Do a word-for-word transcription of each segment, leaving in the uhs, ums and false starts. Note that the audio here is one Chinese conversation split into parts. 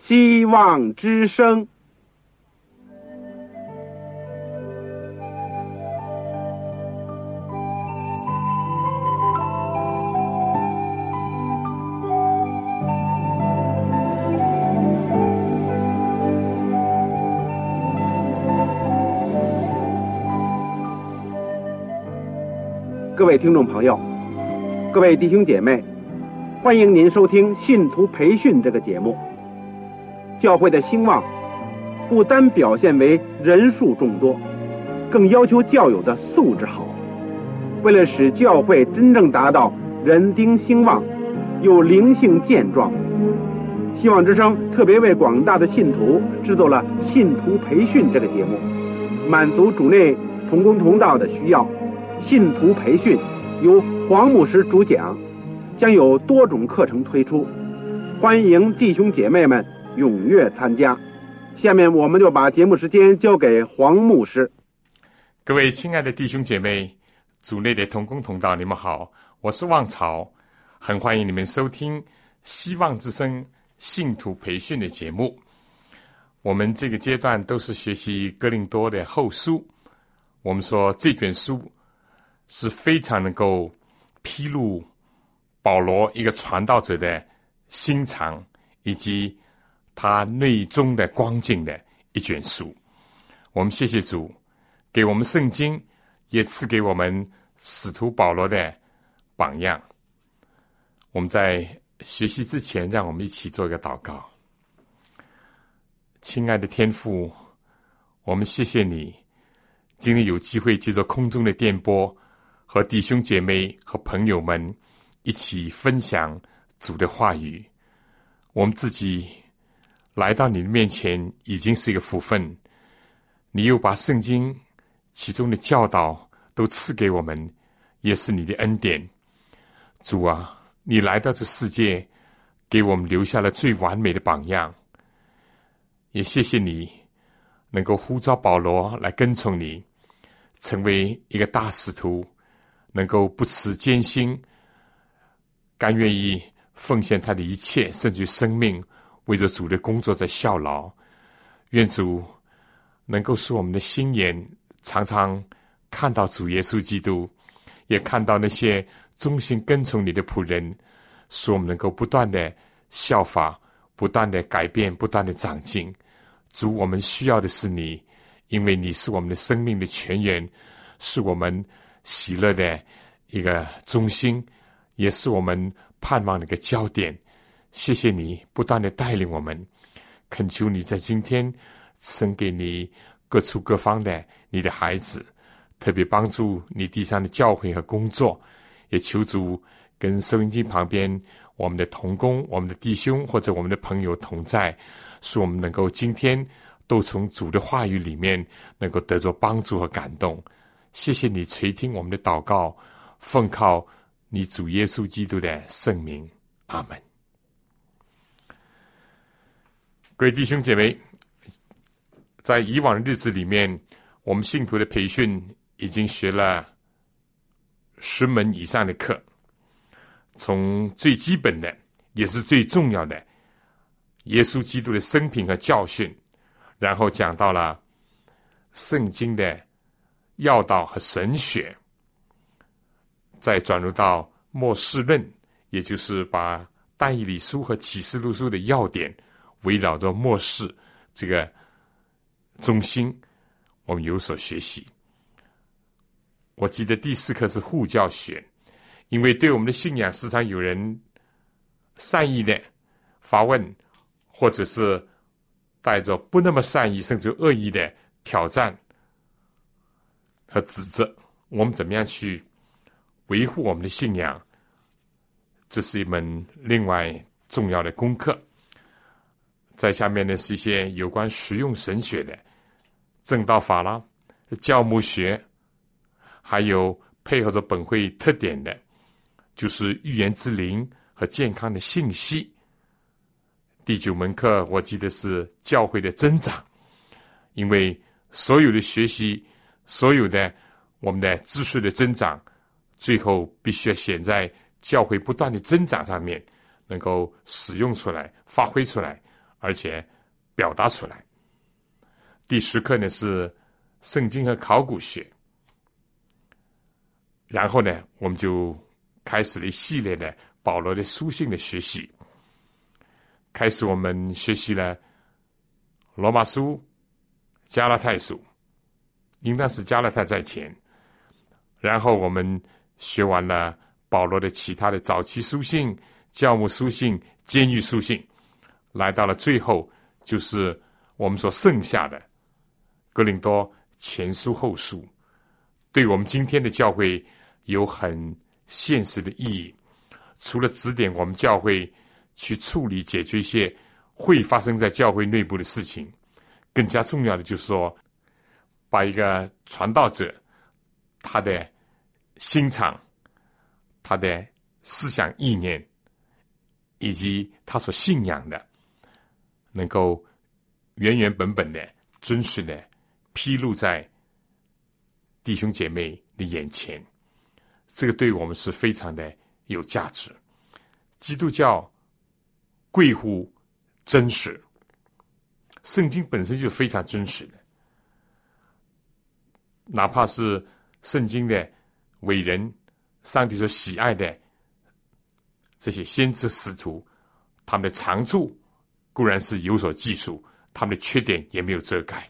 希望之声。各位听众朋友，各位弟兄姐妹，欢迎您收听信徒培训这个节目。教会的兴旺不单表现为人数众多，更要求教友的素质好。为了使教会真正达到人丁兴旺又灵性健壮，希望之声特别为广大的信徒制作了信徒培训这个节目，满足主内同工同道的需要。信徒培训由黄牧师主讲，将有多种课程推出，欢迎弟兄姐妹们踊跃参加。下面我们就把节目时间交给黄牧师。 各位亲爱的弟兄姐妹，主内的同工同道，你们好，我是旺潮，很欢迎你们收听希望之声信徒培训的节目。我们这个阶段都是学习哥林多的后书，我们说这卷书是非常能够披露保罗一个传道者的心肠以及他内中的光景的一卷书。我们谢谢主给我们圣经，也赐给我们使徒保罗的榜样。我们在学习之前，让我们一起做一个祷告。亲爱的天父，我们谢谢你今天有机会借着空中的电波和弟兄姐妹和朋友们一起分享主的话语。我们自己来到你的面前已经是一个福分，你又把圣经其中的教导都赐给我们，也是你的恩典。主啊，你来到这世界给我们留下了最完美的榜样，也谢谢你能够呼召保罗来跟从你，成为一个大使徒，能够不辞艰辛，甘愿意奉献他的一切，甚至生命，为着主的工作在效劳。愿主能够使我们的心眼常常看到主耶稣基督，也看到那些忠心跟从你的仆人，使我们能够不断的效法，不断的改变，不断的长进。主，我们需要的是你，因为你是我们的生命的泉源，是我们喜乐的一个中心，也是我们盼望的一个焦点。谢谢你不断的带领我们，恳求你在今天赐给你各处各方的你的孩子，特别帮助你地上的教会和工作，也求主跟收音机旁边我们的同工、我们的弟兄或者我们的朋友同在，使我们能够今天都从主的话语里面能够得着帮助和感动。谢谢你垂听我们的祷告，奉靠你主耶稣基督的圣名，阿们。各位弟兄姐妹，在以往的日子里面，我们信徒的培训已经学了十门以上的课，从最基本的也是最重要的耶稣基督的生平和教训，然后讲到了圣经的要道和神学，再转入到末世论，也就是把但以理书和启示录书的要点围绕着末世这个中心，我们有所学习。我记得第四课是护教学，因为对我们的信仰时常有人善意的发问，或者是带着不那么善意甚至恶意的挑战和指责，我们怎么样去维护我们的信仰，这是一门另外重要的功课。在下面呢是一些有关实用神学的正道法啦、教牧学，还有配合着本会特点的就是预言之灵和健康的信息。第九门课我记得是教会的增长，因为所有的学习，所有的我们的知识的增长，最后必须要显在教会不断的增长上面，能够使用出来，发挥出来， 而且表达出来。第十课呢是圣经和考古学，然后呢我们就开始了一系列的保罗的书信的学习。开始我们学习了罗马书、加拉太书，应当是加拉太在前，然后我们学完了保罗的其他的早期书信、教牧书信、监狱书信，来到了最后就是我们所剩下的哥林多前书后书，对我们今天的教会有很现实的意义。除了指点我们教会去处理解决一些会发生在教会内部的事情，更加重要的就是说，把一个传道者他的心肠、他的思想意念以及他所信仰的，能够原原本本的真实的披露在弟兄姐妹的眼前，这个对我们是非常的有价值。基督教贵乎真实，圣经本身就非常真实的，哪怕是圣经的伟人，上帝所喜爱的这些先知使徒，他们的长处固然是有所记述，他们的缺点也没有遮盖。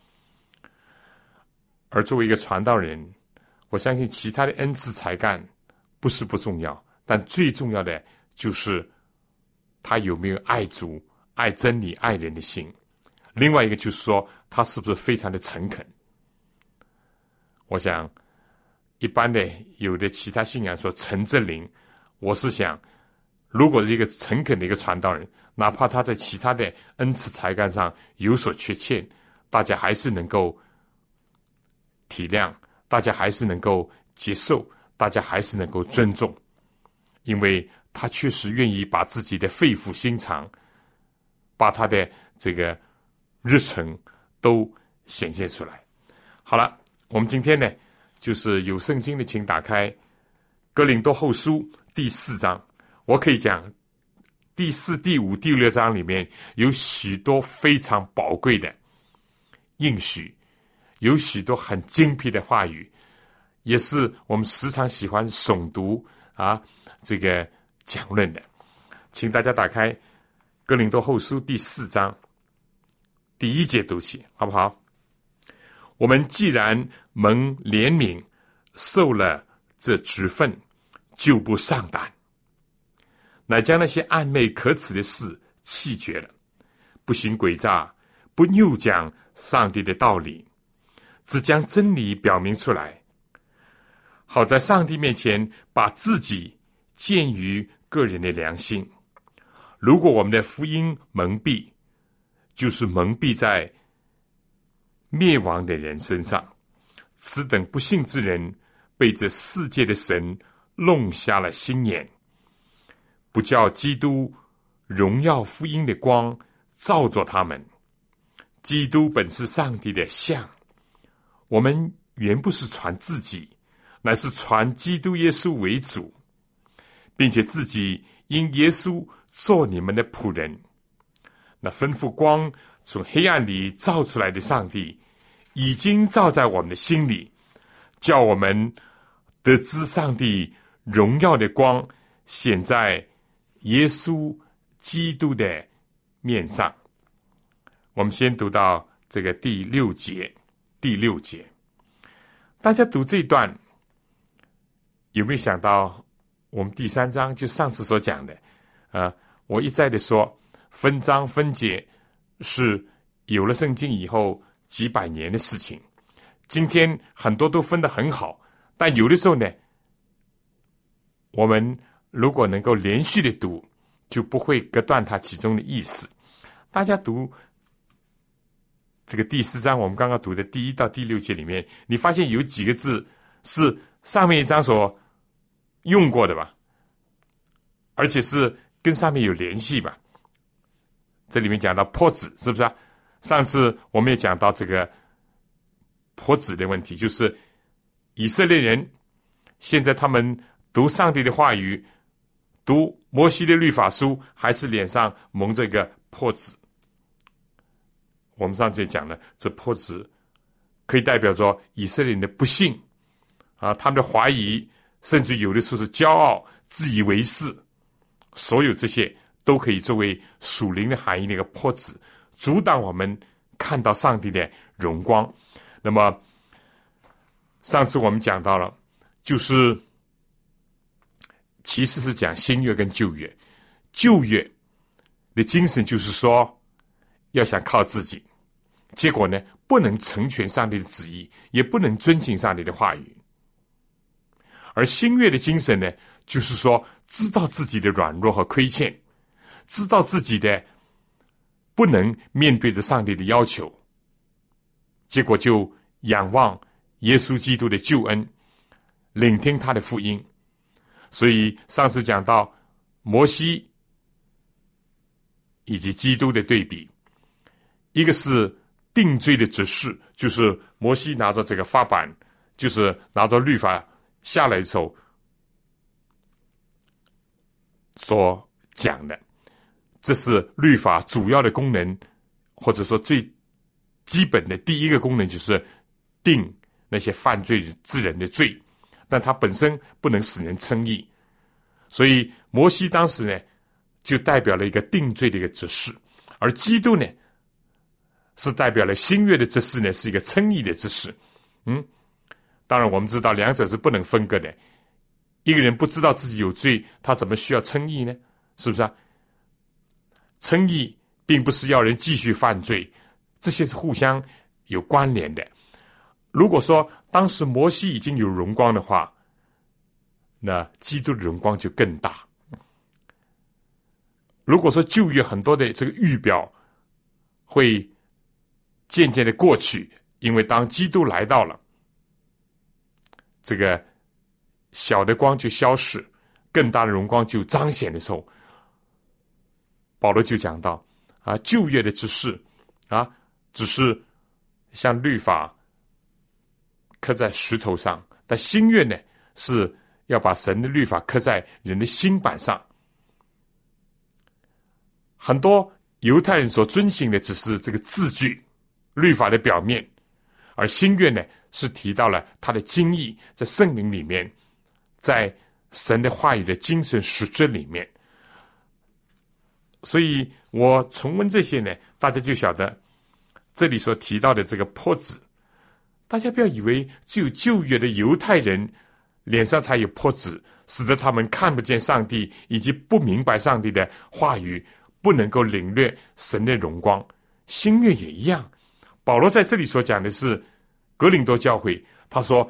而作为一个传道人，我相信其他的恩赐才干不是不重要，但最重要的就是他有没有爱主、爱真理、爱人的心。另外一个就是说，他是不是非常的诚恳。我想一般的有的其他信仰说诚则灵，我是想如果是一个诚恳的一个传道人，哪怕他在其他的恩赐才干上有所缺欠，大家还是能够体谅，大家还是能够接受，大家还是能够尊重，因为他确实愿意把自己的肺腑心肠，把他的这个日程都显现出来。好了，我们今天呢，就是有圣经的，请打开哥林多后书第四章。我可以讲第四、第五、第六章里面有许多非常宝贵的应许，有许多很精辟的话语，也是我们时常喜欢诵读啊这个讲论的。请大家打开哥林多后书第四章第一节读起，好不好？我们既然蒙怜悯，受了这职分，就不上胆，乃将那些暧昧可耻的事弃绝了，不行诡诈，不拗讲上帝的道理，只将真理表明出来，好在上帝面前把自己鉴于个人的良心。如果我们的福音蒙蔽，就是蒙蔽在灭亡的人身上，此等不幸之人被这世界的神弄瞎了心眼，不叫基督荣耀福音的光照着他们。基督本是上帝的像，我们原不是传自己，乃是传基督耶稣为主，并且自己因耶稣做你们的仆人。那吩咐光从黑暗里照出来的上帝，已经照在我们的心里，叫我们得知上帝荣耀的光显在耶稣基督的面上。我们先读到这个第六节，第六节，大家读这一段有没有想到我们第三章就上次所讲的啊？我一再的说，分章分节是有了圣经以后几百年的事情，今天很多都分得很好，但有的时候呢，我们如果能够连续的读，就不会隔断它其中的意思。大家读这个第四章，我们刚刚读的第一到第六节里面，你发现有几个字是上面一章所用过的吧？而且是跟上面有联系吧？这里面讲到破子，是不是啊？上次我们也讲到这个破子的问题，就是以色列人现在他们读上帝的话语，读摩西的律法书，还是脸上蒙着一个破子， 我们上次也讲了，这破纸可以代表着以色列人的不幸啊，他们的怀疑，甚至有的时候是骄傲、自以为是，所有这些都可以作为属灵的含义的一个破纸，阻挡我们看到上帝的荣光。那么上次我们讲到了，就是其实是讲新约跟旧约。旧约的精神就是说，要想靠自己，结果呢，不能成全上帝的旨意，也不能遵行上帝的话语。而新约的精神呢，就是说，知道自己的软弱和亏欠，知道自己的不能面对着上帝的要求，结果就仰望耶稣基督的救恩，聆听他的福音。所以上次讲到摩西以及基督的对比，一个是定罪的指示，就是摩西拿着这个法版，就是拿着律法下来的时候所讲的，这是律法主要的功能，或者说最基本的第一个功能，就是定那些犯罪之人的罪，但它本身不能使人称义。所以摩西当时呢，就代表了一个定罪的一个指示，而基督呢，是代表了新约的指示呢，是一个称义的指示。嗯，当然我们知道两者是不能分割的。一个人不知道自己有罪，他怎么需要称义呢？是不是啊？称义并不是要人继续犯罪，这些是互相有关联的。如果说当时摩西已经有荣光的话，那基督的荣光就更大。如果说旧约很多的这个预表会渐渐的过去，因为当基督来到了，这个小的光就消逝，更大的荣光就彰显的时候，保罗就讲到啊，旧约的指示啊，只是像律法刻在石头上，但新约呢，是要把神的律法刻在人的心板上。很多犹太人所遵行的只是这个字句，律法的表面，而新约呢，是提到了他的精义，在圣灵里面，在神的话语的精神实质里面。所以我重温这些呢，大家就晓得这里所提到的这个破纸，大家不要以为只有旧约的犹太人脸上才有破纸，使得他们看不见上帝，以及不明白上帝的话语，不能够领略神的荣光。新约也一样。保罗在这里所讲的是哥林多教会，他说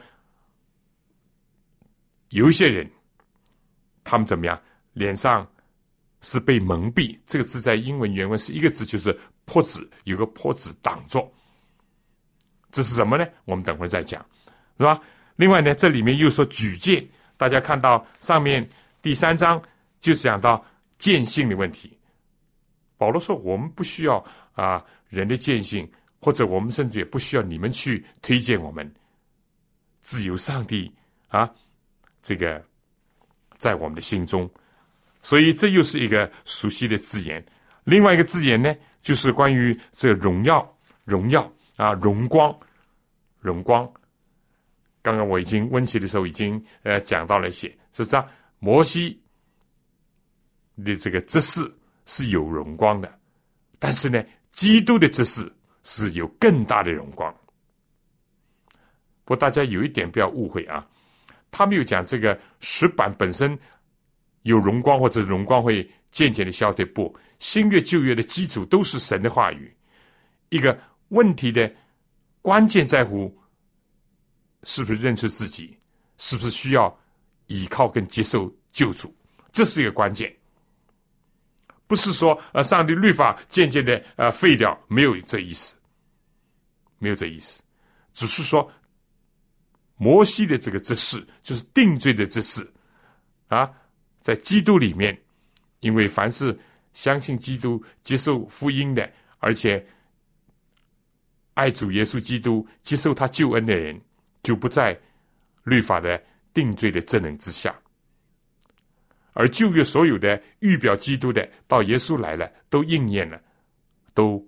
有一些人他们怎么样，脸上是被蒙蔽，这个字在英文原文是一个字，就是破纸，有个破纸挡住。这是什么呢？我们等会儿再讲，是吧？另外呢，这里面又说举荐，大家看到上面第三章就是讲到见信的问题。保罗说我们不需要啊人的见信，或者我们甚至也不需要你们去推荐我们，只有上帝啊这个在我们的心中。所以这又是一个熟悉的字眼。另外一个字眼呢，就是关于这个荣耀，荣耀啊，荣光，荣光。刚刚我已经温习的时候已经呃讲到了一些，是不是啊？摩西的这个执事是有荣光的，但是呢，基督的执事是有更大的荣光。不过大家有一点不要误会啊，他没有讲这个石板本身有荣光，或者荣光会渐渐的消退。不，新约旧约的基础都是神的话语。一个问题的关键在乎是不是认出自己，是不是需要依靠跟接受救主，这是一个关键。不是说呃上帝律法渐渐的呃废掉，没有这意思，没有这意思，只是说摩西的这个执事，就是定罪的执事啊，在基督里面，因为凡是相信基督、接受福音的，而且爱主耶稣基督、接受他救恩的人，就不在律法的定罪的责任之下。而旧约所有的预表基督的，到耶稣来了，都应验了，都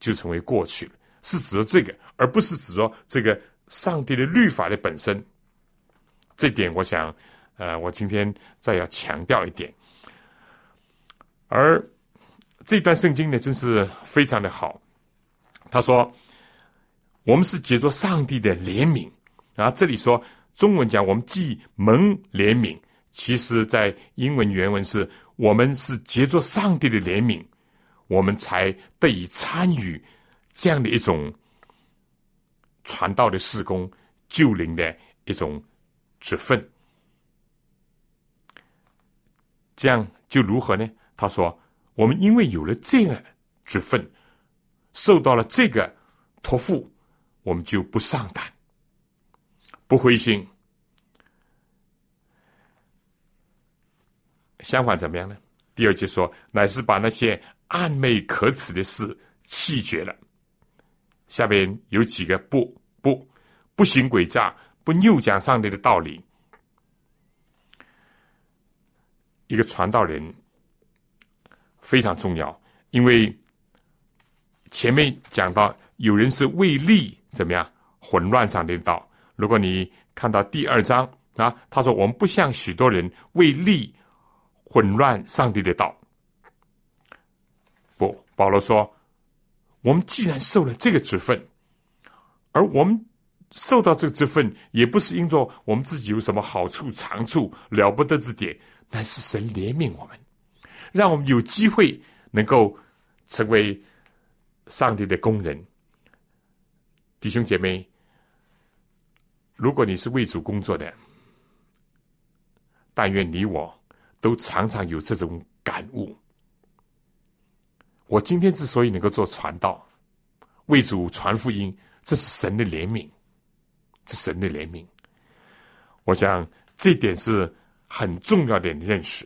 就成为过去了，是指着这个，而不是指着这个上帝的律法的本身。这点我想呃，我今天再要强调一点。而这段圣经呢，真是非常的好。他说我们是借着上帝的怜悯啊，这里说中文讲我们既蒙怜悯，其实在英文原文是我们是借着上帝的怜悯，我们才得以参与这样的一种传道的事工，救灵的一种职分。这样就如何呢？他说我们因为有了这个职分，受到了这个托付，我们就不丧胆，不灰心。相反怎么样呢？第二节说乃是把那些暗昧可耻的事弃绝了。下边有几个不不不行诡诈，不拗讲上帝的道理。一个传道人非常重要，因为前面讲到有人是为利怎么样混乱上帝的道。如果你看到第二章啊，他说我们不像许多人为利混乱上帝的道。不，保罗说我们既然受了这个职分，而我们受到这个职分也不是因着我们自己有什么好处长处了不得之点，乃是神怜悯我们，让我们有机会能够成为上帝的工人。弟兄姐妹，如果你是为主工作的，但愿你我都常常有这种感悟。我今天之所以能够做传道，为主传福音，这是神的怜悯，这是神的怜悯。我想这点是很重要的认识。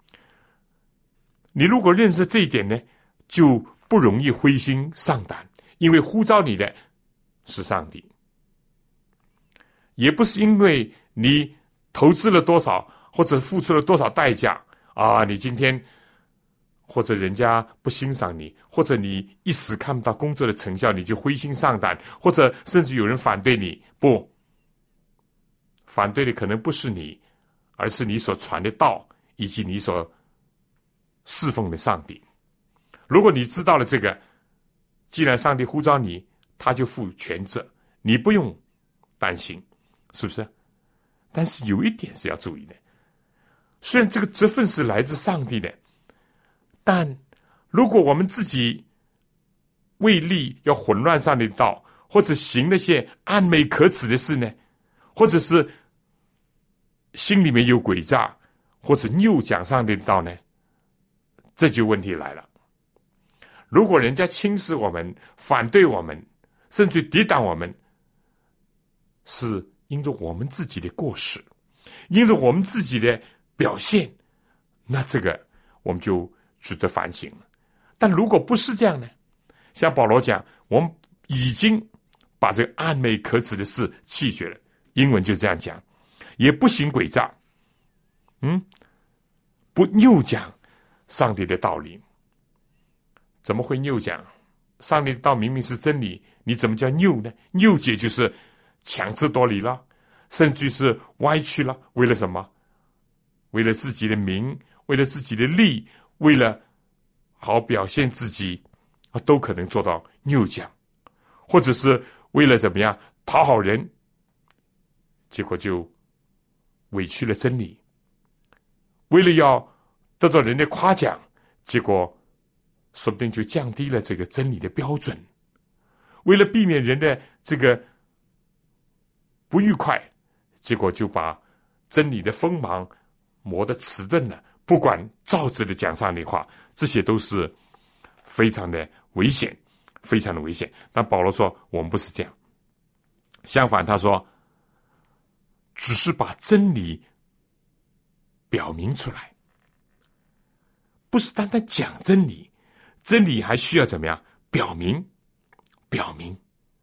你如果认识这一点呢，就不容易灰心丧胆，因为呼召你的是上帝，也不是因为你投资了多少或者付出了多少代价啊，你今天或者人家不欣赏你，或者你一时看不到工作的成效，你就灰心丧胆，或者甚至有人反对你。不，反对的可能不是你，而是你所传的道以及你所侍奉的上帝。如果你知道了这个，既然上帝呼召你，他就负全责，你不用担心，是不是？但是有一点是要注意的，虽然这个职分是来自上帝的，但如果我们自己为利要混乱上帝的道，或者行那些暗昧可耻的事呢，或者是心里面有诡诈，或者拗讲上帝的道呢，这就问题来了。如果人家轻视我们，反对我们，甚至抵挡我们，是因着我们自己的过失，因着我们自己的表现，那这个我们就值得反省了。但如果不是这样呢，像保罗讲，我们已经把这个暗昧可耻的事弃绝了，英文就这样讲，也不行诡诈，嗯，不拗讲上帝的道理。怎么会拗讲？上帝的道明明是真理，你怎么叫拗呢？拗解就是强词夺理了，甚至是歪曲了。为了什么？为了自己的名，为了自己的利，为了好表现自己，都可能做到拗讲，或者是为了怎么样讨好人，结果就委屈了真理；为了要得到人的夸奖，结果说不定就降低了这个真理的标准；为了避免人的这个不愉快，结果就把真理的锋芒磨得迟钝了，不管照着的讲上帝话，这些都是非常的危险，非常的危险。但保罗说我们不是这样，相反他说只是把真理表明出来，不是单单讲真理，真理还需要怎么样表明表明。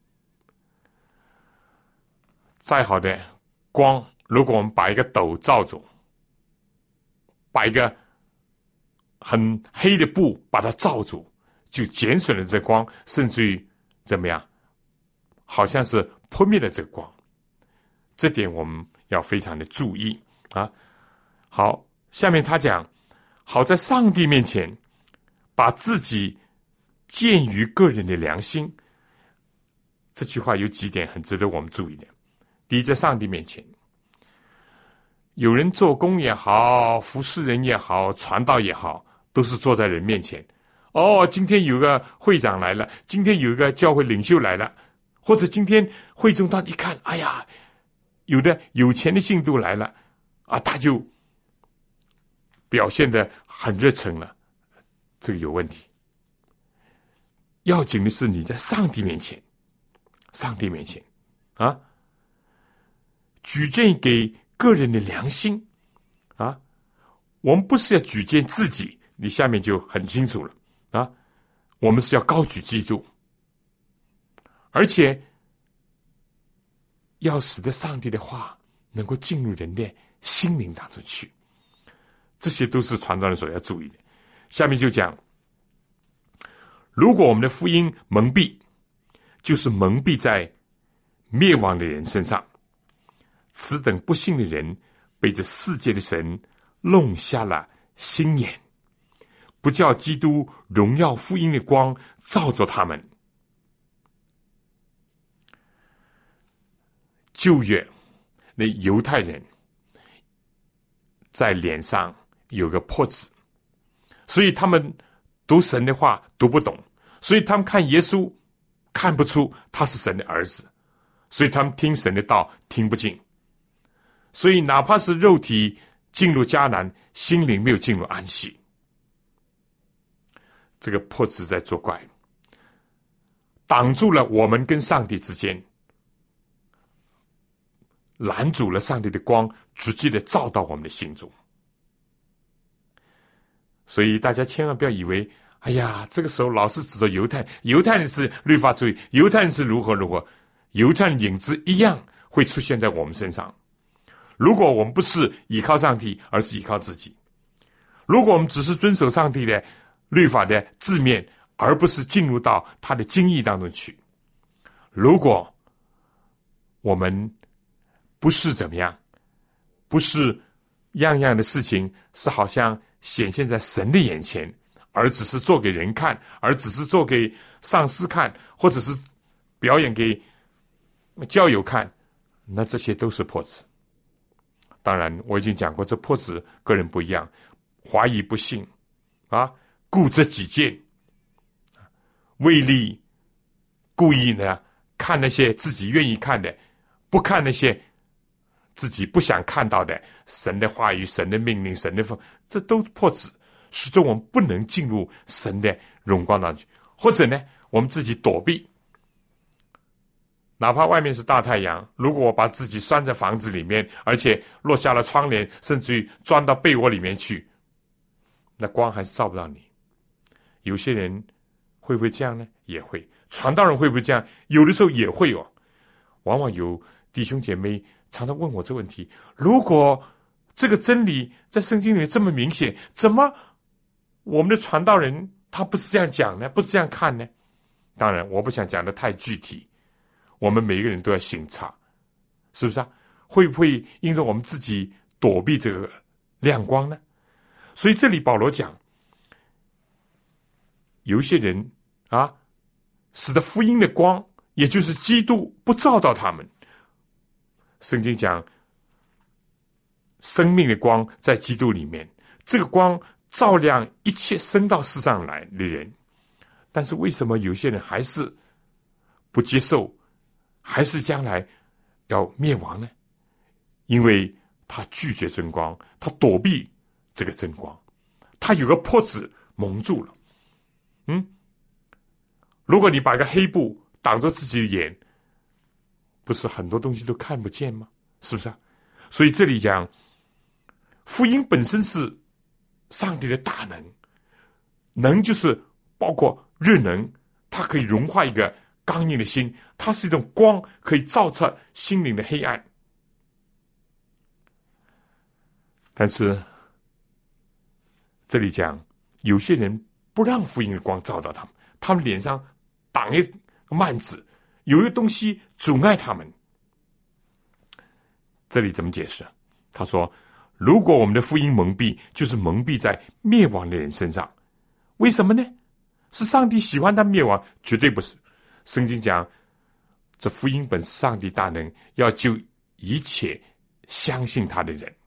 再好的光，如果我们把一个斗罩住，把一个很黑的布把它罩住， 就减损了这光，甚至于怎么样，好像是扑灭了这个光。这点我们要非常的注意啊。好，下面他讲，好在上帝面前把自己鉴于个人的良心。这句话有几点很值得我们注意的。第一，在上帝面前，有人做工也好，服侍人也好，传道也好，都是坐在人面前。哦，今天有个会长来了，今天有一个教会领袖来了，或者今天会中他一看，哎呀，有的有钱的信徒来了啊，他就表现得很热诚了。这个有问题。要紧的是你在上帝面前，上帝面前啊，举荐给个人的良心啊，我们不是要举荐自己，你下面就很清楚了啊，我们是要高举基督，而且要使得上帝的话能够进入人的心灵当中去，这些都是传道人所要注意的。下面就讲，如果我们的福音蒙蔽，就是蒙蔽在灭亡的人身上，此等不幸的人被这世界的神弄瞎了心眼，不叫基督荣耀福音的光照着他们。旧约那犹太人在脸上有个破纸，所以他们读神的话读不懂，所以他们看耶稣看不出他是神的儿子，所以他们听神的道听不进，所以哪怕是肉体进入迦南，心灵没有进入安息。这个破纸在作怪，挡住了我们跟上帝之间，拦阻了上帝的光直接的照到我们的心中。所以大家千万不要以为，哎呀，这个时候老是指着犹太犹太人是律法主义，犹太人是如何如何，犹太人影子一样会出现在我们身上。如果我们不是依靠上帝，而是依靠自己，如果我们只是遵守上帝的律法的字面，而不是进入到他的经义当中去，如果我们不是怎么样，不是样样的事情是好像显现在神的眼前，而只是做给人看，而只是做给上司看，或者是表演给教友看，那这些都是破纸。当然我已经讲过，这破纸个人不一样，怀疑不信啊，固执己见，为利故意呢看那些自己愿意看的，不看那些自己不想看到的神的话语、神的命令、神的风，这都破纸，使得我们不能进入神的荣光当中去。或者呢，我们自己躲避，哪怕外面是大太阳，如果我把自己拴在房子里面，而且落下了窗帘，甚至于钻到被窝里面去，那光还是照不到你。有些人会不会这样呢？也会。传道人会不会这样？有的时候也会哦。往往有弟兄姐妹常常问我这个问题，如果这个真理在圣经里面这么明显，怎么我们的传道人他不是这样讲呢？不是这样看呢？当然我不想讲得太具体，我们每一个人都要省察，是不是啊？会不会因着我们自己躲避这个亮光呢？所以这里保罗讲，有一些人啊，使得福音的光，也就是基督不照到他们。圣经讲生命的光在基督里面，这个光照亮一切生到世上来的人，但是为什么有些人还是不接受，还是将来要灭亡呢？因为他拒绝真光，他躲避这个真光，他有个破纸蒙住了。嗯，如果你把一个黑布挡着自己的眼，不是很多东西都看不见吗？是不是啊？所以这里讲福音本身是上帝的大能，能就是包括热能，它可以融化一个刚硬的心，它是一种光，可以照彻心灵的黑暗。但是这里讲有些人不让福音的光照到他们， 他们脸上挡一个幔子，有一个东西阻碍他们。这里怎么解释？他说，如果我们的福音蒙蔽，就是蒙蔽在灭亡的人身上。为什么呢？是上帝喜欢他灭亡？绝对不是。圣经讲，这福音本是上帝大能，要救一切相信他的人。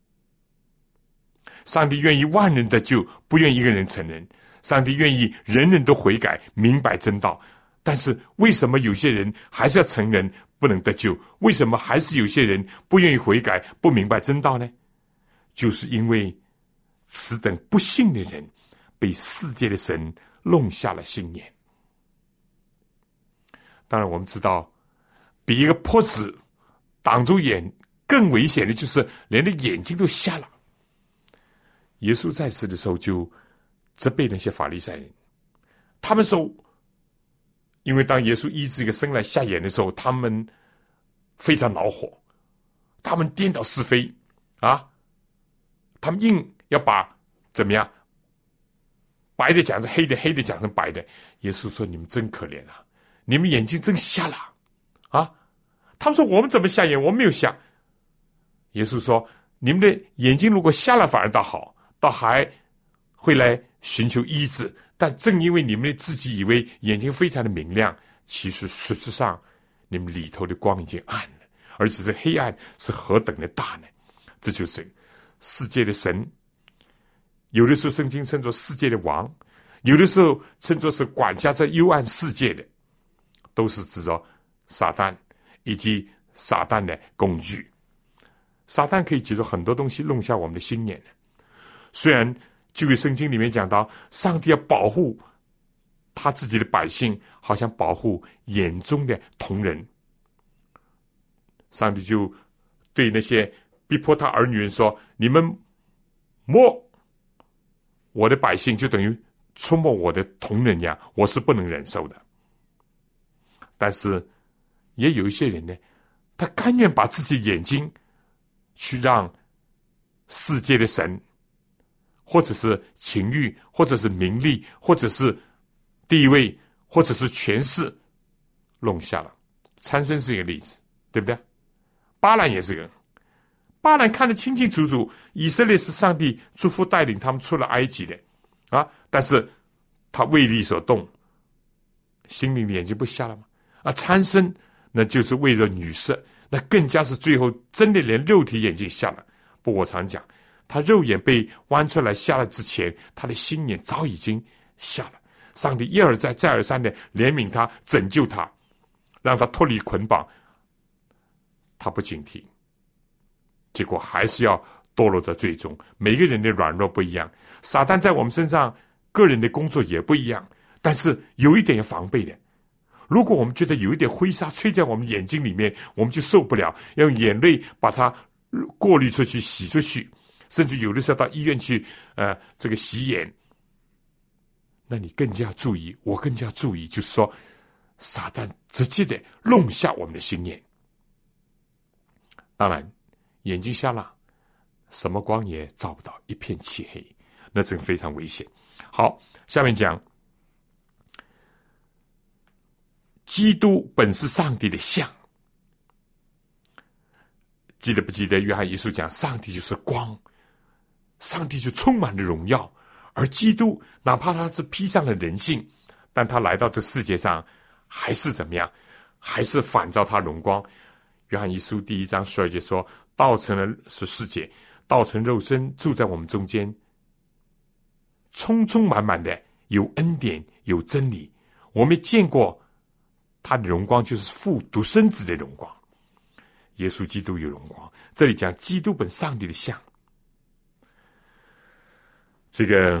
上帝愿意万人得救，不愿一个人承认。上帝愿意人人都悔改，明白真道。但是为什么有些人还是要承认不能得救？为什么还是有些人不愿意悔改，不明白真道呢？就是因为此等不信的人被世界的神弄瞎了心眼。当然我们知道，比一个破纸挡住眼更危险的就是连的眼睛都瞎了。耶稣在世的时候就责备那些法利赛人，他们说，因为当耶稣医治一个生来瞎眼的时候，他们非常恼火，他们颠倒是非啊，他们硬要把怎么样白的讲成黑的，黑的讲成白的。耶稣说，你们真可怜啊，你们眼睛真瞎了啊。他们说，我们怎么瞎眼？我们没有瞎。耶稣说，你们的眼睛如果瞎了反而倒好，倒还会来寻求医治。但正因为你们自己以为眼睛非常的明亮，其实实质上你们里头的光已经暗了，而且这黑暗是何等的大呢？这就是世界的神，有的时候圣经称作世界的王，有的时候称作是管辖这幽暗世界的，都是指着撒旦以及撒旦的工具。撒旦可以借助很多东西弄瞎我们的心眼。虽然旧约圣经里面讲到，上帝要保护他自己的百姓，好像保护眼中的瞳人。上帝就对那些逼迫他儿女人说，你们摸我的百姓，就等于触摸我的瞳人呀，我是不能忍受的。但是也有一些人呢，他甘愿把自己眼睛去让世界的神，或者是情欲，或者是名利，或者是地位，或者是权势弄瞎了。参孙是一个例子，对不对？巴兰也是个人。巴兰看得清清楚楚，以色列是上帝祝福带领他们出了埃及的啊，但是他为利所动，心灵的眼睛不瞎了吗？啊，参孙那就是为了女色，那更加是最后真的连肉体眼睛瞎了。不过我常讲，他肉眼被弯出来瞎了之前，他的心眼早已经瞎了。上帝一而再再而三的怜悯他，拯救他，让他脱离捆绑，他不警惕，结果还是要堕落到最终。每个人的软弱不一样，撒旦在我们身上个人的工作也不一样，但是有一点要防备的，如果我们觉得有一点灰沙吹在我们眼睛里面，我们就受不了，要用眼泪把它过滤出去，洗出去，甚至有的时候到医院去呃，这个洗眼。那你更加注意，我更加注意，就是说撒旦直接的弄瞎我们的心眼。当然眼睛瞎了，什么光也照不到，一片漆黑，那真非常危险。好，下面讲基督本是上帝的像。记得不记得约翰一书讲，上帝就是光，上帝就充满了荣耀，而基督哪怕他是披上了人性，但他来到这世界上还是怎么样，还是反照他荣光。约翰一书第一章十二节说，道成了十四节，道成肉身住在我们中间，充充满满的有恩典有真理。我们见过他的荣光，就是父独生子的荣光。耶稣基督有荣光，这里讲基督本上帝的像。这个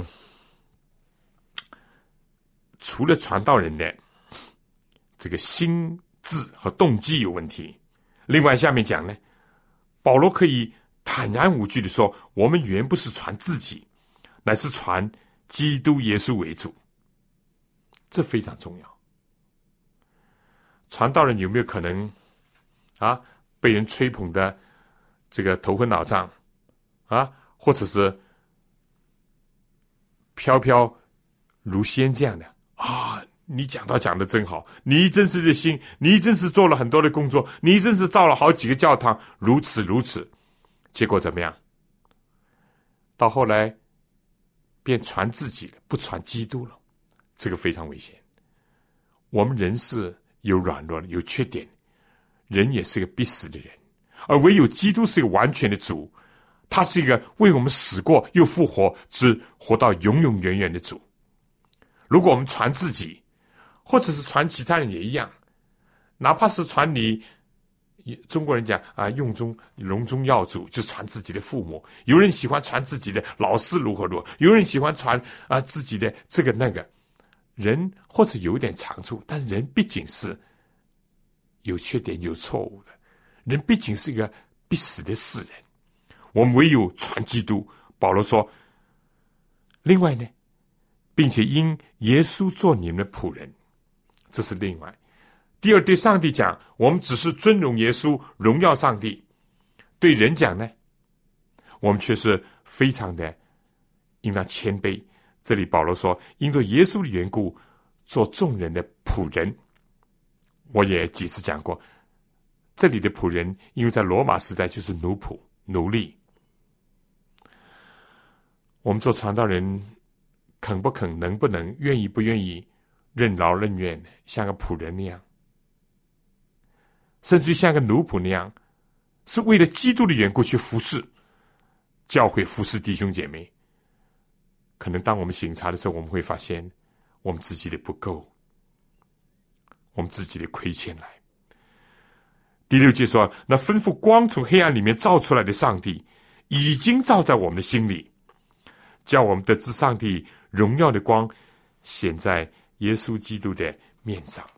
除了传道人的这个心智和动机有问题，另外下面讲呢，保罗可以坦然无惧的说，我们原不是传自己，乃是传基督耶稣为主。这非常重要。传道人有没有可能啊被人吹捧的这个头昏脑胀啊，或者是飘飘如仙这样的？ 啊，你讲到讲的真好，你真是热心，你真是做了很多的工作，你真是造了好几个教堂，如此如此。结果怎么样？到后来便传自己了，不传基督了，这个非常危险。我们人是有软弱的，有缺点，人也是个必死的人，而唯有基督是一个完全的主，他是一个为我们死过又复活，只活到永永远远的主。如果我们传自己，或者是传其他人也一样，哪怕是传你，中国人讲啊，用中笼中药主，就是传自己的父母。有人喜欢传自己的老师如何如何，有人喜欢传啊自己的这个那个。人或者有一点长处，但人毕竟是有缺点、有错误的。人毕竟是一个必死的世人，我们唯有传基督。保罗说，另外呢，并且因耶稣做你们的仆人，这是另外。第二，对上帝讲，我们只是尊荣耶稣，荣耀上帝；对人讲呢，我们却是非常的应当谦卑。这里保罗说，因着耶稣的缘故，做众人的仆人。我也几次讲过，这里的仆人，因为在罗马时代就是奴仆、奴隶。我们做传道人，肯不肯、能不能、愿意不愿意，任劳任怨，像个仆人那样，甚至像个奴仆那样，是为了基督的缘故去服侍教会、服侍弟兄姐妹。可能当我们省察的时候，我们会发现我们自己的不够，我们自己的亏欠来。第六节说，那吩咐光从黑暗里面照出来的上帝，已经照在我们的心里，叫我们得知上帝荣耀的光显在耶稣基督的面上。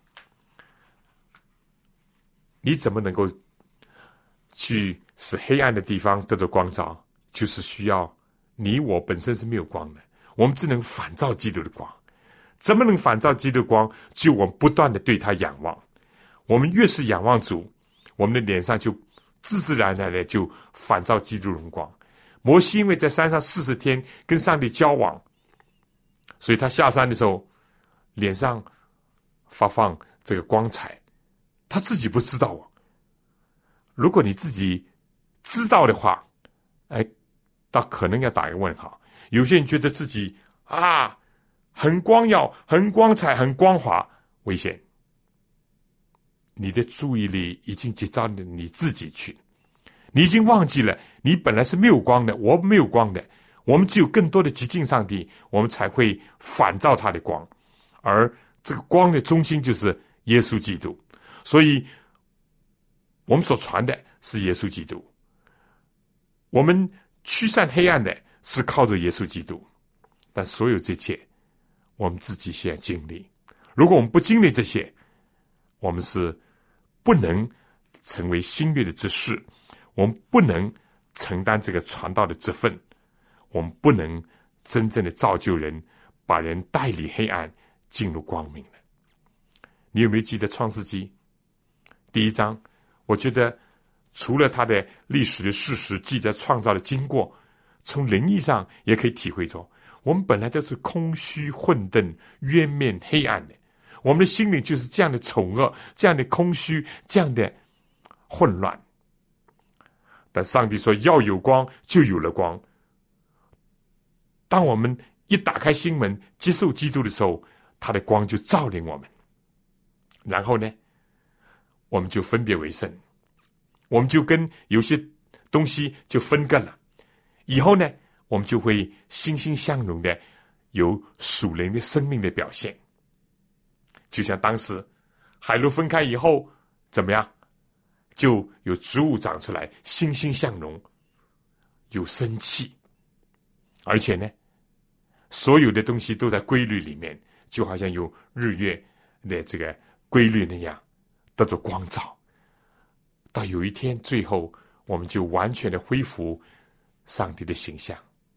你怎么能够去使黑暗的地方得到光照？就是需要你我本身是没有光的，我们只能反照基督的光。怎么能反照基督的光？就我们不断的对他仰望。我们越是仰望主，我们的脸上就自自然然的就反照基督荣光。摩西因为在山上四十天跟上帝交往，所以他下山的时候脸上发放这个光彩，他自己不知道啊。如果你自己知道的话，哎，倒可能要打一个问号。有些人觉得自己啊很光耀、很光彩、很光滑，危险。你的注意力已经集中到你自己去，你已经忘记了你本来是没有光的，我没有光的，我们只有更多的接近上帝，我们才会反照他的光，而这个光的中心就是耶稣基督。所以我们所传的是耶稣基督，我们驱散黑暗的是靠着耶稣基督。但所有这些我们自己现在经历，如果我们不经历这些，我们是不能成为新约的执事，我们不能承担这个传道的职分，我们不能真正的造就人，把人带离黑暗进入光明了。你有没有记得创世纪第一章？我觉得除了它的历史的事实记载创造的经过，从灵意上也可以体会着，我们本来都是空虚混沌冤面黑暗的，我们的心里就是这样的丑恶，这样的空虚，这样的混乱。但上帝说要有光，就有了光。当我们一打开心门接受基督的时候，他的光就照亮我们，然后呢我们就分别为圣，我们就跟有些东西就分割了。以后呢我们就会欣欣向荣的有属灵的生命的表现。就像当时海陆分开以后怎么样，就有植物长出来，欣欣向荣，有生气，而且呢所有的东西都在规律里面，就好像有日月的这个规律那样得到光照。到有一天最后我们就完全的恢复上帝的形象，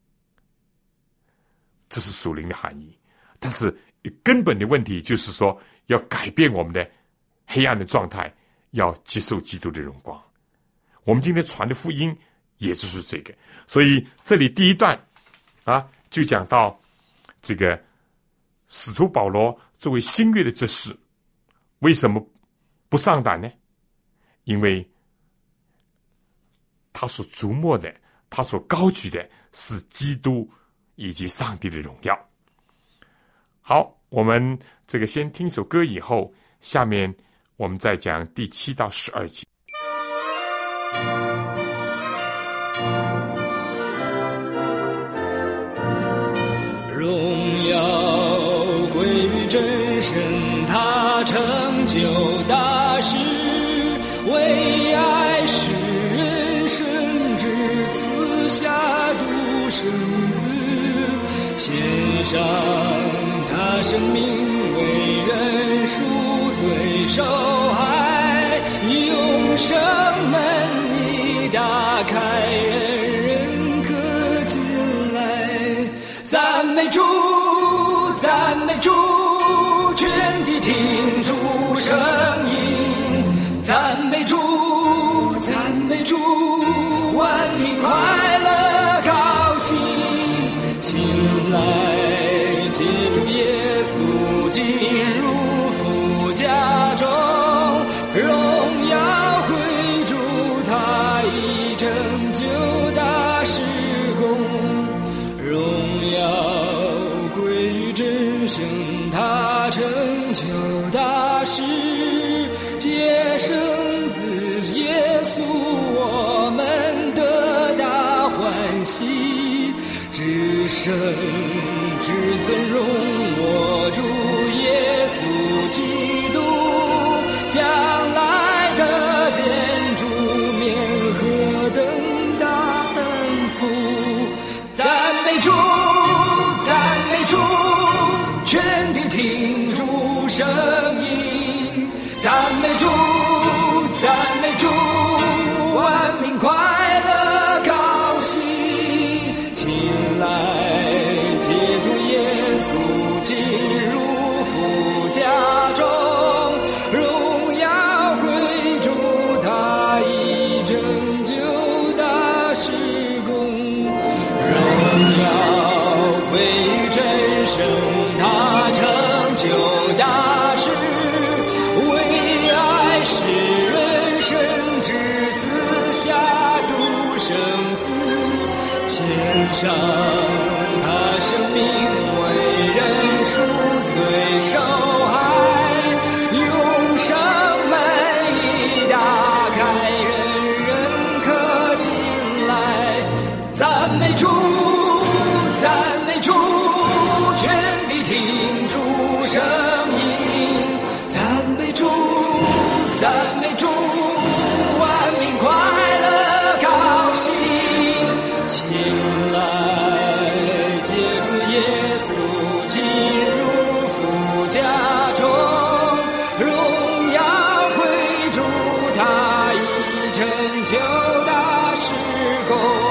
这是属灵的含义。但是根本的问题就是说，要改变我们的黑暗的状态，要接受基督的荣光。我们今天传的福音也就是这个。所以这里第一段啊，就讲到这个使徒保罗作为新约的执事，为什么不上胆呢？因为他所瞩目的，他所高举的是基督以及上帝的荣耀。好，我们这个先听首歌，以后下面我们再讲第七到十二节。 荣耀归于真神，他成就大事，为爱世人生之赐下独生子，献上他生命为人赎罪受害，永生门已打开，人人可进来。赞美主，赞美主，全地听主声音。赞美主，赞美主，万民快乐高兴。请来接主耶稣进入父家中，荣耀归主，他已拯救大事工。荣耀归于真神，他成就大事，接生子耶稣，我们得大欢喜，至圣至尊荣我主耶稣基督，将来的见主面何等大恩福。赞美主，赞美主，全地听主声音。赞美主，赞美主，万民快乐高兴。请来接主耶稣进入父家中，荣耀归主，他已拯救大事工。荣耀归于真神，他成就大事，为爱世人生之赐下独生子，献上他生命为人赎罪受害，永生门已打开，人人可进来。赞美主，赞美主，全地听主声音。赞美主，赞美主，万民快乐高兴。请来接主耶稣进入父家中，荣耀归主，他已成就大事工。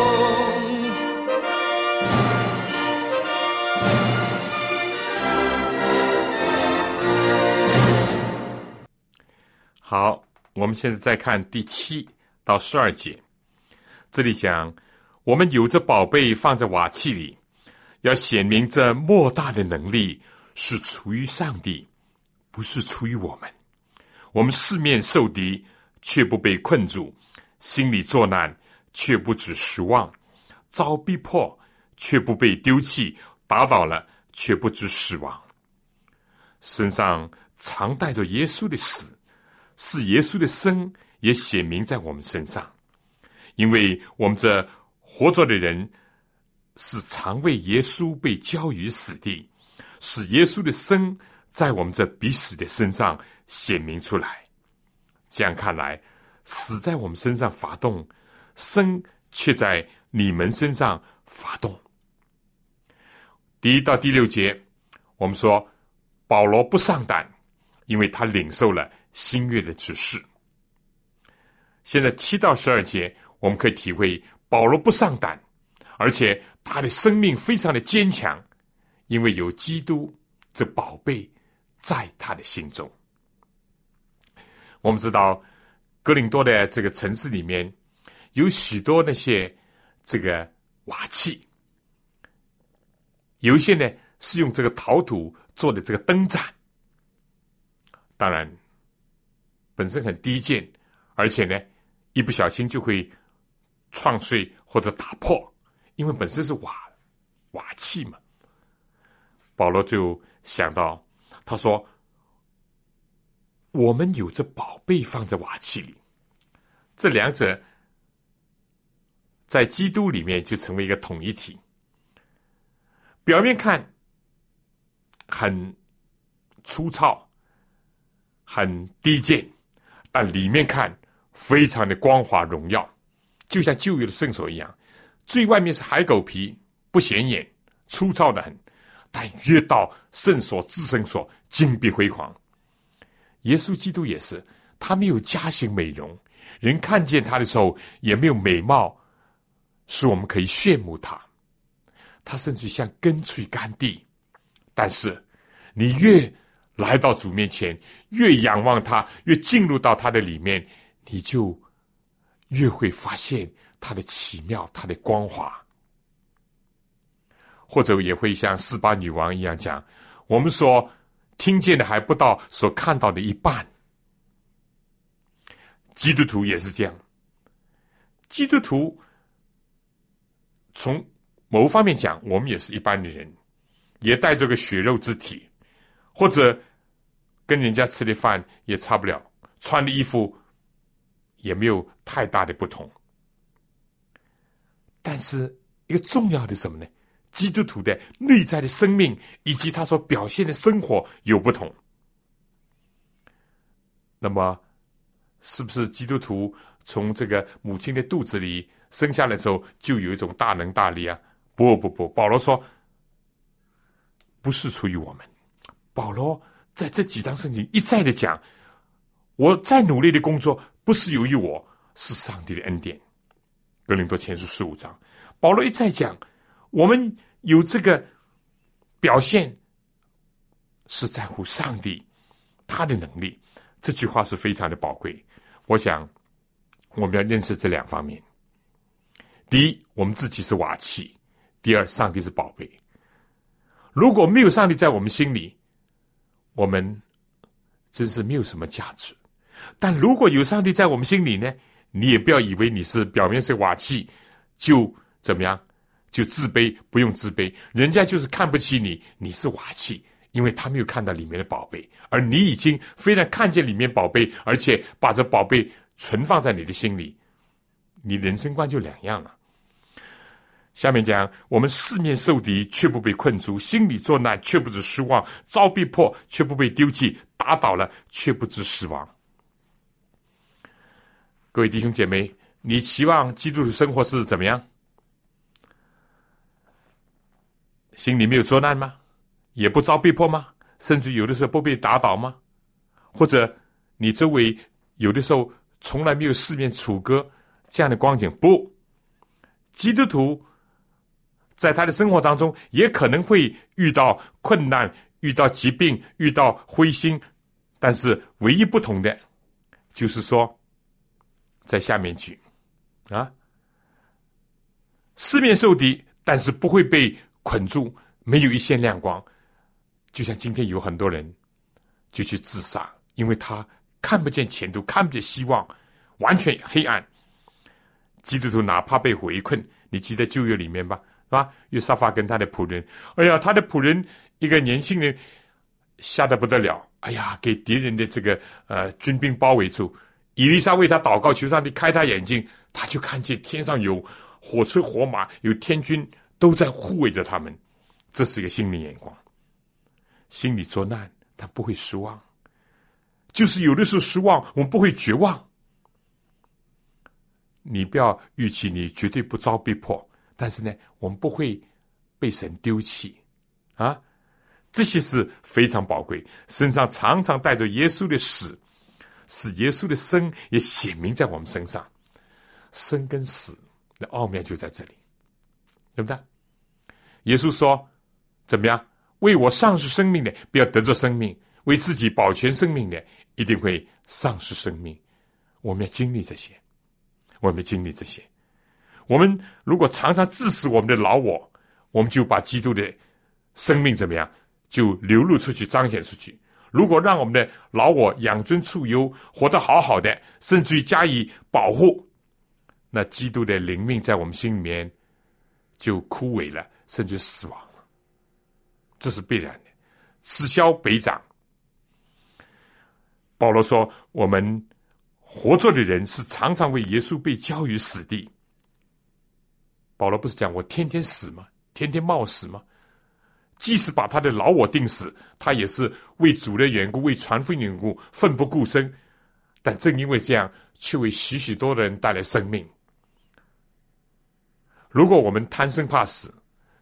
好，我们现在再看第七到十二节。这里讲，我们有着宝贝放在瓦器里，要显明这莫大的能力是出于上帝，不是出于我们。我们四面受敌，却不被困住；心里作难，却不致失望；遭逼迫，却不被丢弃；打倒了，却不致失望。身上常带着耶稣的死，是耶稣的生也显明在我们身上，因为我们这活着的人是常为耶稣被交于死地，使耶稣的生在我们这必死的身上显明出来。这样看来，死在我们身上发动，生却在你们身上发动。第一到第六节，我们说保罗不上胆，因为他领受了新约的指示。现在七到十二节，我们可以体会保罗不上胆，而且他的生命非常的坚强，因为有基督这宝贝在他的心中。我们知道哥林多的这个城市里面有许多那些这个瓦器，有一些呢是用这个陶土做的这个灯盏， 当然本身很低贱，而且呢一不小心就会创碎或者打破，因为本身是瓦瓦器嘛。保罗就想到，他说我们有着宝贝放在瓦器里，这两者在基督里面就成为一个统一体。表面看很粗糙很低贱，但里面看非常的光滑荣耀，就像旧约的圣所一样，最外面是海狗皮，不显眼，粗糙的很，但越到圣所至圣所金碧辉煌。耶稣基督也是，他没有加型美容，人看见他的时候也没有美貌使我们可以羡慕他，他甚至像根除干地。但是你越来到主面前，越仰望他，越进入到他的里面，你就越会发现他的奇妙，他的光华。或者也会像示巴女王一样讲，我们所听见的还不到所看到的一半。基督徒也是这样，基督徒从某方面讲，我们也是一般的人，也带着个血肉之体，或者跟人家吃的饭也差不了，穿的衣服也没有太大的不同。但是一个重要的什么呢？基督徒的内在的生命以及他所表现的生活有不同。那么是不是基督徒从这个母亲的肚子里生下来之后就有一种大能大力啊？不不不，保罗说不是出于我们。保罗在这几章圣经一再的讲，我再努力的工作不是由于我，是上帝的恩典。哥林多前书十五章，保罗一再讲，我们有这个表现是在乎上帝他的能力。这句话是非常的宝贵，我想我们要认识这两方面。第一，我们自己是瓦器；第二，上帝是宝贝。如果没有上帝在我们心里，我们真是没有什么价值。但如果有上帝在我们心里呢，你也不要以为你是表面是瓦器就怎么样，就自卑，不用自卑，人家就是看不起你，你是瓦器，因为他没有看到里面的宝贝，而你已经非常看见里面宝贝，而且把这宝贝存放在你的心里，你人生观就两样了。下面讲，我们四面受敌却不被困住，心里作难却不知失望，遭逼迫却不被丢弃，打倒了却不知死亡。各位弟兄姐妹，你期望基督徒生活是怎么样？心里没有作难吗？也不遭逼迫吗？甚至有的时候不被打倒吗？或者你周围有的时候从来没有四面楚歌这样的光景？不，基督徒在他的生活当中也可能会遇到困难，遇到疾病，遇到灰心，但是唯一不同的就是说，在下面举啊，四面受敌，但是不会被捆住，没有一线亮光。就像今天有很多人就去自杀，因为他看不见前途，看不见希望，完全黑暗。基督徒哪怕被围困，你记得旧约里面吧，是吧？约沙法跟他的仆人，哎呀，他的仆人一个年轻人吓得不得了，哎呀，给敌人的这个呃军兵包围住。以利沙为他祷告，求上帝开他眼睛，他就看见天上有火车火马，有天军都在护卫着他们。这是一个心灵眼光，心里作难但不会失望，就是有的时候失望我们不会绝望。你不要预期你绝对不遭逼迫，但是呢我们不会被神丢弃啊，这些是非常宝贵，身上常常带着耶稣的死，使耶稣的生也显明在我们身上。生跟死的奥妙就在这里，对不对？耶稣说怎么样？为我丧失生命的不要得着生命，为自己保全生命的一定会丧失生命。我们要经历这些，我们要经历这些。我们如果常常致死我们的老我，我们就把基督的生命怎么样就流露出去，彰显出去。 如果让我们的老我养尊处优，活得好好的，甚至于加以保护，那基督的灵命在我们心里面就枯萎了，甚至死亡了，这是必然的，此消彼长。保罗说，我们活着的人是常常为耶稣被交于死地。保罗不是讲我天天死吗？天天冒死吗？即使把他的老我定死，他也是为主的缘故，为传福音的缘故，奋不顾身。但正因为这样，却为许许多的人带来生命。如果我们贪生怕死，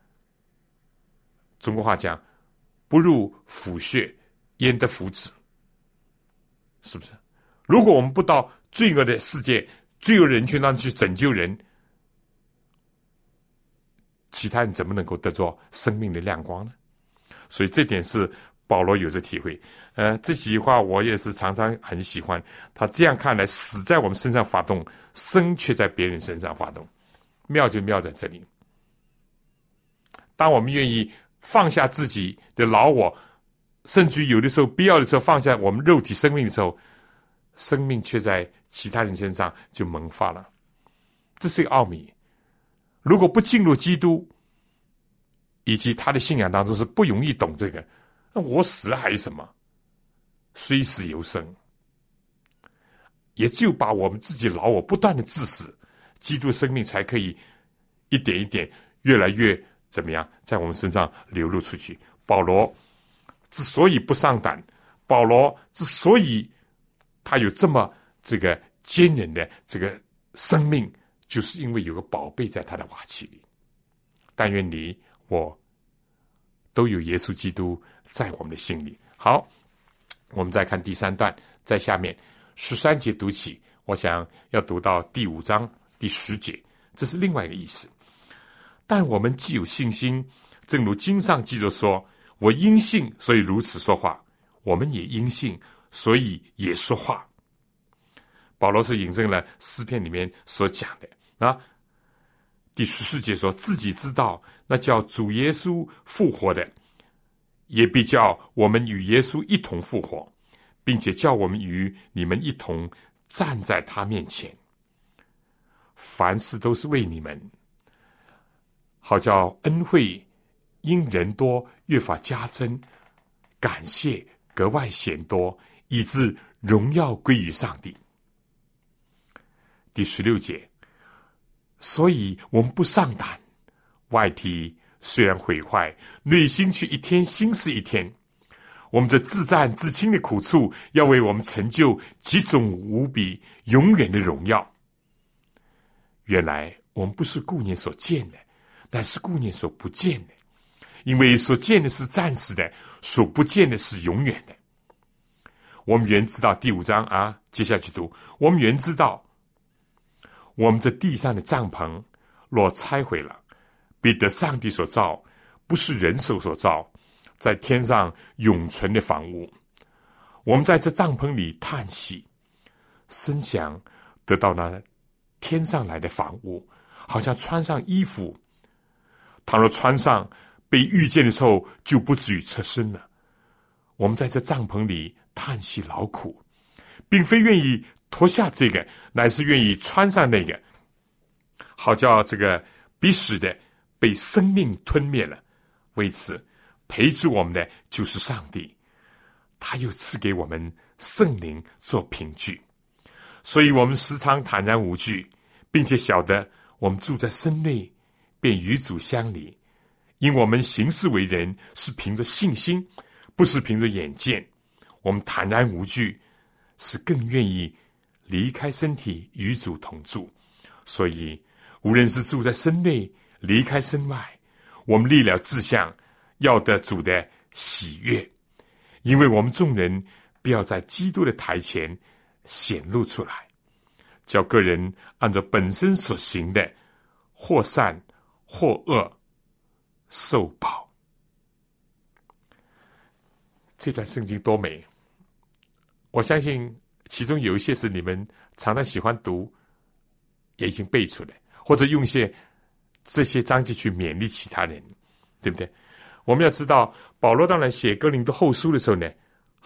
中国话讲，不入虎穴，焉得虎子，是不是？如果我们不到罪恶的世界、罪恶人群当中去拯救人，其他人怎么能够得着生命的亮光呢？所以这点是保罗有着体会。呃，这几句话我也是常常很喜欢。他这样看来，死在我们身上发动，生却在别人身上发动。妙就妙在这里。当我们愿意放下自己的老我，甚至于有的时候必要的时候放下我们肉体生命的时候，生命却在其他人身上就萌发了。这是一个奥秘。如果不进入基督以及他的信仰当中，是不容易懂这个。那我死了还有什么？虽死犹生。也只有把我们自己老我不断的致死，基督生命才可以一点一点越来越怎么样在我们身上流露出去。保罗之所以不上胆，保罗之所以他有这么这个坚韧的这个生命，就是因为有个宝贝在他的瓦器里。但愿你我都有耶稣基督在我们的心里。好，我们再看第三段，在下面十三节读起，我想要读到第五章第十节，这是另外一个意思。但我们既有信心，正如经上记着说，我因信所以如此说话，我们也因信所以也说话。保罗是引证了诗篇里面所讲的啊，第十四节说，自己知道那叫主耶稣复活的，也必叫我们与耶稣一同复活，并且叫我们与你们一同站在他面前。凡事都是为你们，好叫恩惠因人多越发加增，感谢格外显多，以致荣耀归于上帝。第十六节，所以我们不上胆，外体虽然毁坏，内心却一天新似一天。我们这自战自轻的苦处，要为我们成就极种无比永远的荣耀。原来我们不是顾念所见的，乃是顾念所不见的，因为所见的是暂时的，所不见的是永远的。我们原知道，第五章啊，接下去读，我们原知道，我们这地上的帐篷若拆毁了，必得上帝所造，不是人手所造，在天上永存的房屋。我们在这帐篷里叹息，深想得到那天上来的房屋，好像穿上衣服，倘若穿上，被遇见的时候就不至于侧身了。我们在这帐篷里叹息劳苦，并非愿意脱下这个，乃是愿意穿上那个，好叫这个必死的被生命吞灭了。为此陪住我们的就是上帝，他又赐给我们圣灵做凭据，所以我们时常坦然无惧，并且晓得我们住在身内，便与主相离。因我们行事为人是凭着信心，不是凭着眼见。我们坦然无惧，是更愿意离开身体与主同住。所以无论是住在身内，离开身外，我们立了志向，要得主的喜悦。因为我们众人必要在基督的台前显露出来，叫个人按照本身所行的，或善或恶，受报。这段圣经多美，我相信其中有一些是你们常常喜欢读，也已经背出来，或者用一些这些章节去勉励其他人，对不对？我们要知道，保罗当然写哥林多后书的时候呢，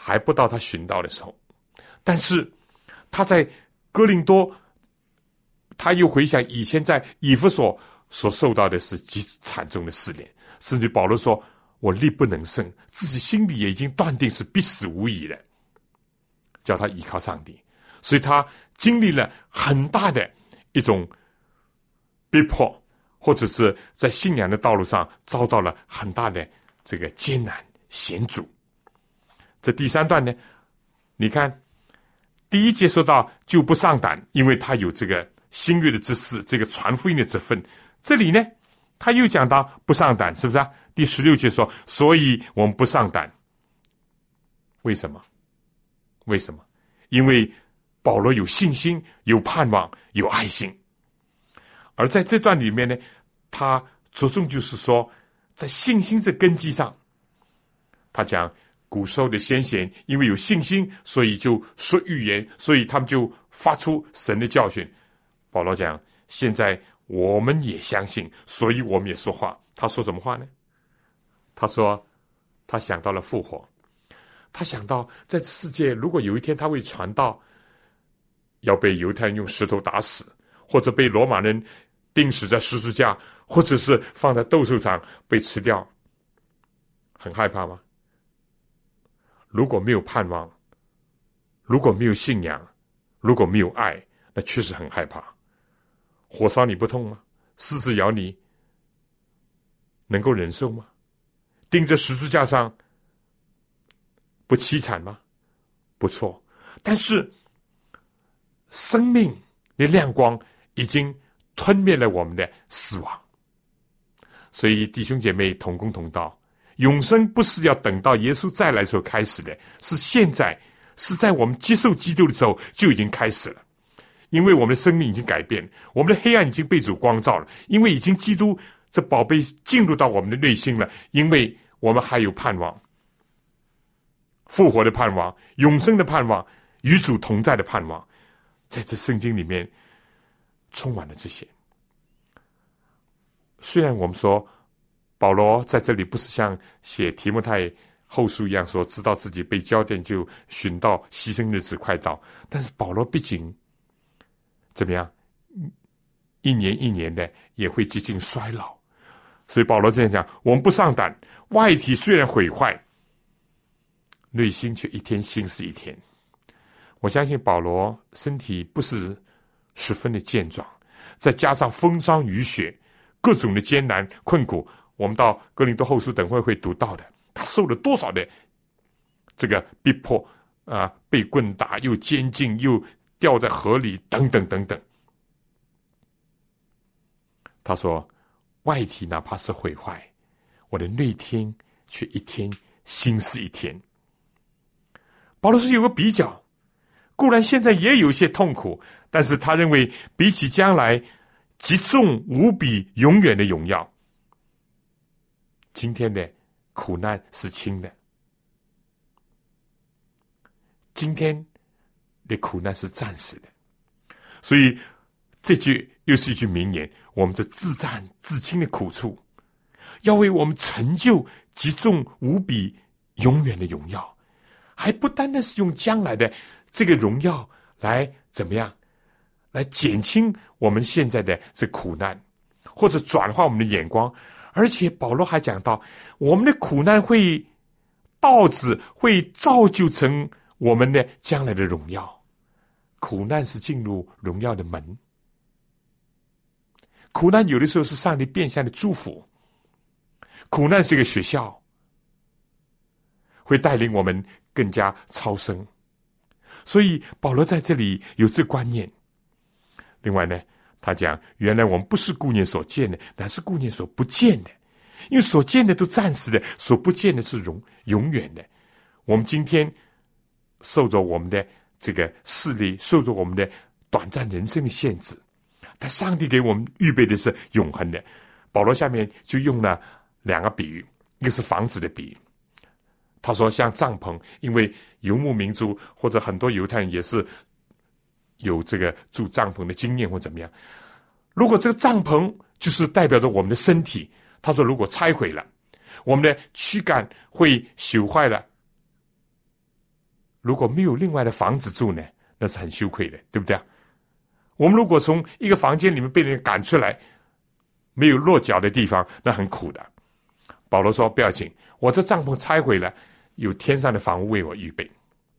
还不到他寻到的时候。但是他在哥林多，他又回想以前在以弗所所受到的是极惨重的试炼，甚至保罗说我力不能胜，自己心里也已经断定是必死无疑了，叫他依靠上帝。所以他经历了很大的一种逼迫，或者是在信仰的道路上遭到了很大的这个艰难险阻。这第三段呢，你看第一节说到就不上胆，因为他有这个新约的之事，这个传福音的这份。这里呢他又讲到不上胆，是不是啊？第十六节说所以我们不上胆。为什么？为什么？因为保罗有信心，有盼望，有爱心。而在这段里面呢，他着重就是说在信心这根基上，他讲古时候的先贤因为有信心，所以就说预言，所以他们就发出神的教训。保罗讲现在我们也相信，所以我们也说话。他说什么话呢？他说他想到了复活，他想到在世界如果有一天他会传道，要被犹太人用石头打死，或者被罗马人钉死在十字架，或者是放在斗兽场被吃掉，很害怕吗？如果没有盼望，如果没有信仰，如果没有爱，那确实很害怕。火烧你不痛吗？狮子咬你能够忍受吗？钉在十字架上不凄惨吗？不错。但是生命的亮光已经吞灭了我们的死亡。所以弟兄姐妹同工同道，永生不是要等到耶稣再来的时候开始的，是现在，是在我们接受基督的时候就已经开始了。因为我们的生命已经改变，我们的黑暗已经被主光照了，因为已经基督这宝贝进入到我们的内心了，因为我们还有盼望，复活的盼望，永生的盼望，与主同在的盼望，在这圣经里面充满了这些。虽然我们说保罗在这里不是像写提摩太后书一样说知道自己被交奠就寻到牺牲日子快到，但是保罗毕竟怎么样，一年一年的也会接近衰老。所以保罗这样讲，我们不上胆，外体虽然毁坏，内心却一天新似一天。我相信保罗身体不是十分的健壮，再加上风霜雨雪，各种的艰难困苦，我们到哥林多后书等会会读到的，他受了多少的这个逼迫啊，被棍打，又监禁，又掉在河里，等等等等。他说外体哪怕是毁坏，我的内天却一天新似一天。保罗是有个比较，固然现在也有一些痛苦，但是他认为比起将来极重无比永远的荣耀，今天的苦难是轻的，今天的苦难是暂时的。所以这句又是一句名言，我们这自战自轻的苦处，要为我们成就极重无比永远的荣耀，还不单单是用将来的这个荣耀来怎么样，来减轻我们现在的这苦难，或者转化我们的眼光。而且保罗还讲到，我们的苦难会导致，会造就成我们的将来的荣耀。苦难是进入荣耀的门，苦难有的时候是上帝变相的祝福，苦难是一个学校，会带领我们更加超生。所以保罗在这里有这观念。另外呢，他讲原来我们不是顾念所见的，乃是顾念所不见的，因为所见的都暂时的，所不见的是永永远的。我们今天受着我们的这个势力，受着我们的短暂人生的限制，但上帝给我们预备的是永恒的。保罗下面就用了两个比喻，一个是房子的比喻，他说像帐篷，因为游牧民族或者很多犹太人也是有这个住帐篷的经验或怎么样，如果这个帐篷就是代表着我们的身体，他说如果拆毁了，我们的躯干会朽坏了， 如果没有另外的房子住呢，那是很羞愧的，对不对啊？我们如果从一个房间里面被人赶出来，没有落脚的地方，那很苦的。保罗说不要紧，我这帐篷拆毁了，有天上的房屋为我预备。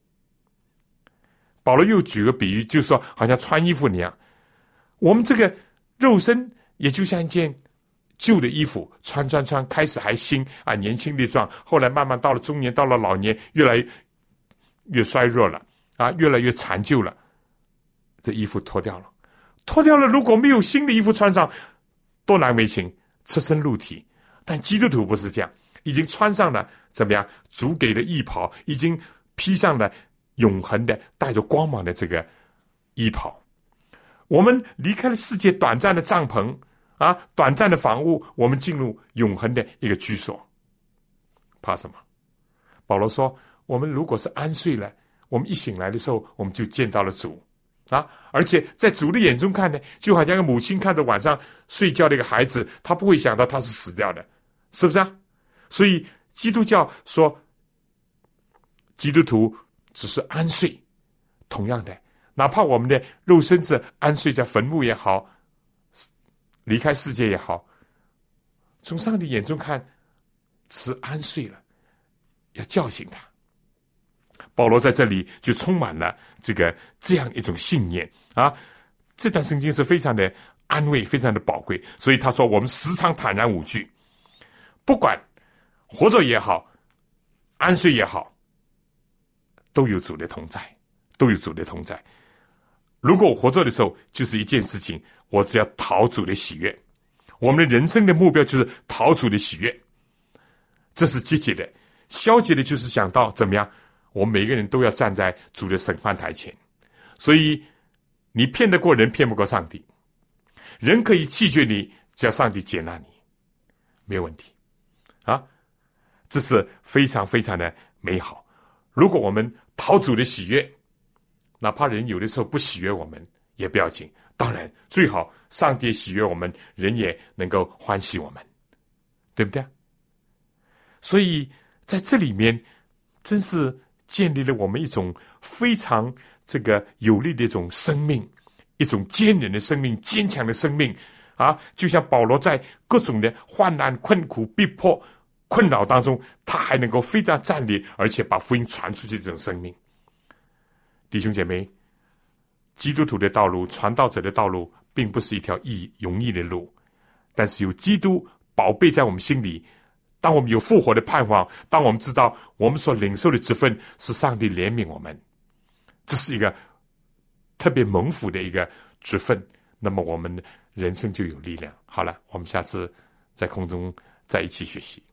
保罗又举个比喻，就是说好像穿衣服那样，我们这个肉身也就像一件旧的衣服，穿穿穿，开始还新啊，年轻力壮，后来慢慢到了中年，到了老年，越来越衰弱了啊，越来越残旧了，这衣服脱掉了，脱掉了，如果没有新的衣服穿上，多难为情，赤身露体。但基督徒不是这样，已经穿上了怎么样主给的义袍，已经披上了永恒的带着光芒的这个衣袍。我们离开了世界短暂的帐篷啊，短暂的房屋，我们进入永恒的一个居所。怕什么？保罗说，我们如果是安睡了，我们一醒来的时候，我们就见到了主啊！而且在主的眼中看呢，就好像一个母亲看着晚上睡觉的一个孩子，他不会想到他是死掉的，是不是啊？所以基督教说，基督徒只是安睡。同样的，哪怕我们的肉身子安睡在坟墓也好，离开世界也好，从上帝眼中看是安睡了，要叫醒他。保罗在这里就充满了这个这样一种信念啊！这段圣经是非常的安慰，非常的宝贵，所以他说我们时常坦然无惧，不管活着也好，安睡也好，都有主的同在，都有主的同在。如果我活着的时候，就是一件事情，我只要讨主的喜悦。我们的人生的目标就是讨主的喜悦，这是积极的。消极的就是想到怎么样，我们每个人都要站在主的审判台前。所以你骗得过人，骗不过上帝。人可以弃绝你，只要上帝接纳你，没有问题啊！这是非常非常的美好。如果我们讨主的喜悦，哪怕人有的时候不喜悦我们也不要紧，当然最好上帝喜悦我们，人也能够欢喜我们，对不对？所以在这里面真是建立了我们一种非常这个有力的一种生命，一种坚韧的生命，坚强的生命啊！就像保罗在各种的患难、困苦、逼迫、困扰当中，他还能够非常站立，而且把福音传出去，这种生命。弟兄姐妹，基督徒的道路，传道者的道路，并不是一条易容易的路，但是有基督宝贝在我们心里。当我们有复活的盼望，当我们知道我们所领受的职分是上帝怜悯我们，这是一个特别蒙福的一个职分，那么我们人生就有力量。好了，我们下次在空中再一起学习。